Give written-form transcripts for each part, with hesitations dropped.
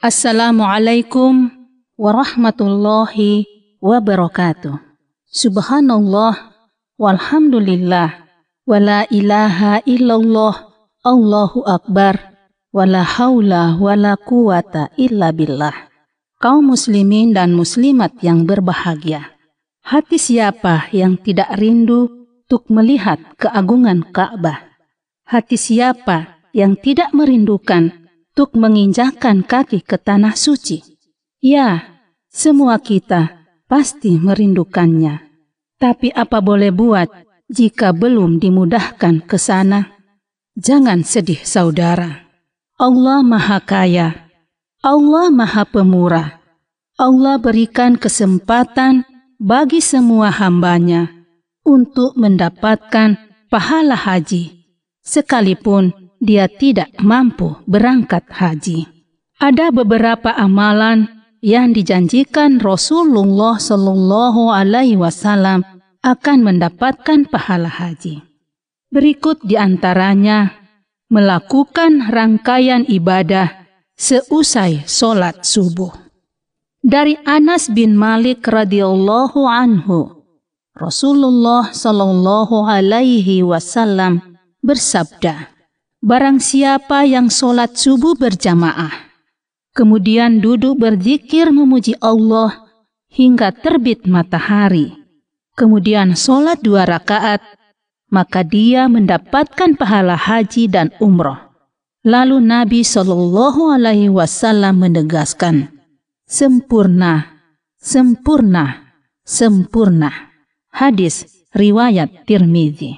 Assalamualaikum warahmatullahi wabarakatuh. Subhanallah walhamdulillah wala ilaha illallah Allahu akbar wala haula wala quwata illa billah. Kaum muslimin dan muslimat yang berbahagia, hati siapa yang tidak rindu untuk melihat keagungan Ka'bah? Hati siapa yang tidak merindukan untuk menginjakkan kaki ke tanah suci? Ya, semua kita pasti merindukannya. Tapi apa boleh buat jika belum dimudahkan ke sana? Jangan sedih saudara. Allah Maha Kaya, Allah Maha Pemurah. Allah berikan kesempatan bagi semua hambanya untuk mendapatkan pahala haji, sekalipun dia tidak mampu berangkat haji. Ada beberapa amalan yang dijanjikan Rasulullah Shallallahu Alaihi Wasallam akan mendapatkan pahala haji. Berikut diantaranya: melakukan rangkaian ibadah seusai sholat subuh. Dari Anas bin Malik radhiyallahu anhu, Rasulullah Shallallahu Alaihi Wasallam bersabda, barang siapa yang sholat subuh berjamaah, kemudian duduk berzikir memuji Allah hingga terbit matahari, kemudian sholat 2 rakaat, maka dia mendapatkan pahala haji dan umroh. Lalu Nabi Shallallahu Alaihi Wasallam menegaskan, sempurna, sempurna, sempurna. Hadis riwayat Tirmidzi.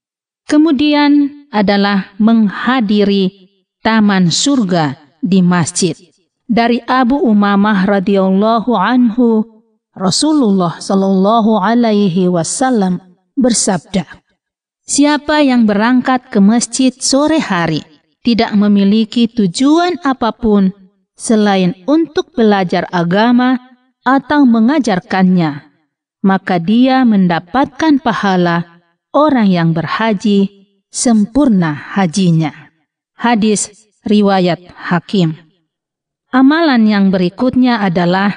Kemudian adalah menghadiri taman surga di masjid. Dari Abu Umamah radhiyallahu anhu, Rasulullah Shallallahu Alaihi Wasallam bersabda, siapa yang berangkat ke masjid sore hari tidak memiliki tujuan apapun selain untuk belajar agama atau mengajarkannya, maka dia mendapatkan pahala orang yang berhaji sempurna hajinya. Hadis riwayat Hakim. Amalan yang berikutnya adalah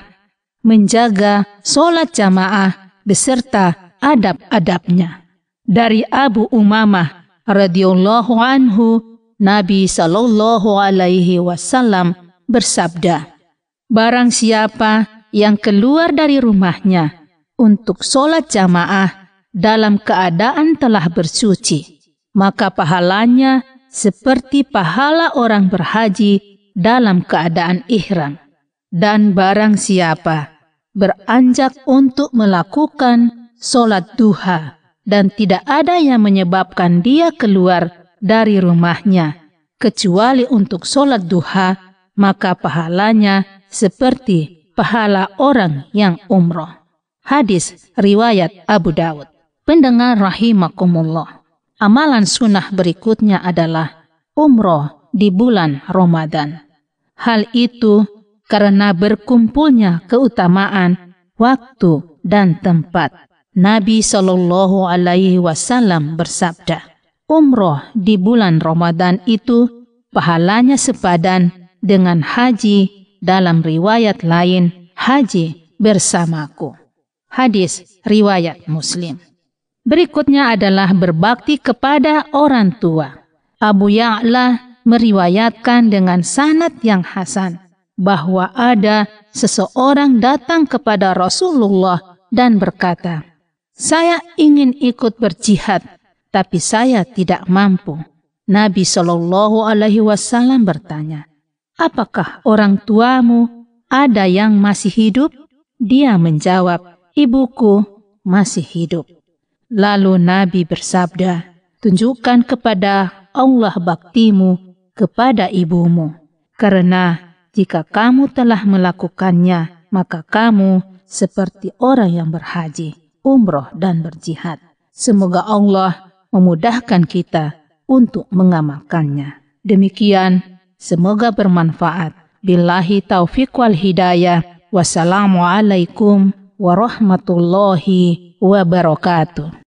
menjaga sholat jamaah beserta adab-adabnya. Dari Abu Umamah radhiyallahu anhu, Nabi Shallallahu Alaihi Wasallam bersabda, barang siapa yang keluar dari rumahnya untuk sholat jamaah dalam keadaan telah bersuci, maka pahalanya seperti pahala orang berhaji dalam keadaan ihram. Dan barang siapa beranjak untuk melakukan sholat duha dan tidak ada yang menyebabkan dia keluar dari rumahnya kecuali untuk sholat duha, maka pahalanya seperti pahala orang yang umroh. Hadis riwayat Abu Dawud. Pendengar rahimakumullah, amalan sunnah berikutnya adalah umroh di bulan Ramadan. Hal itu karena berkumpulnya keutamaan, waktu, dan tempat. Nabi Shallallahu Alaihi Wasallam bersabda, umroh di bulan Ramadan itu pahalanya sepadan dengan haji, dalam riwayat lain haji bersamaku. Hadis riwayat Muslim. Berikutnya adalah berbakti kepada orang tua. Abu Ya'la meriwayatkan dengan sanad yang hasan bahwa ada seseorang datang kepada Rasulullah dan berkata, saya ingin ikut berjihad, tapi saya tidak mampu. Nabi Shallallahu Alaihi Wasallam bertanya, apakah orang tuamu ada yang masih hidup? Dia menjawab, ibuku masih hidup. Lalu Nabi bersabda, tunjukkan kepada Allah baktimu kepada ibumu, karena jika kamu telah melakukannya, maka kamu seperti orang yang berhaji, umroh, dan berjihad. Semoga Allah memudahkan kita untuk mengamalkannya. Demikian, semoga bermanfaat. Billahi taufiq wal hidayah. Wassalamualaikum warahmatullahi wabarakatuh.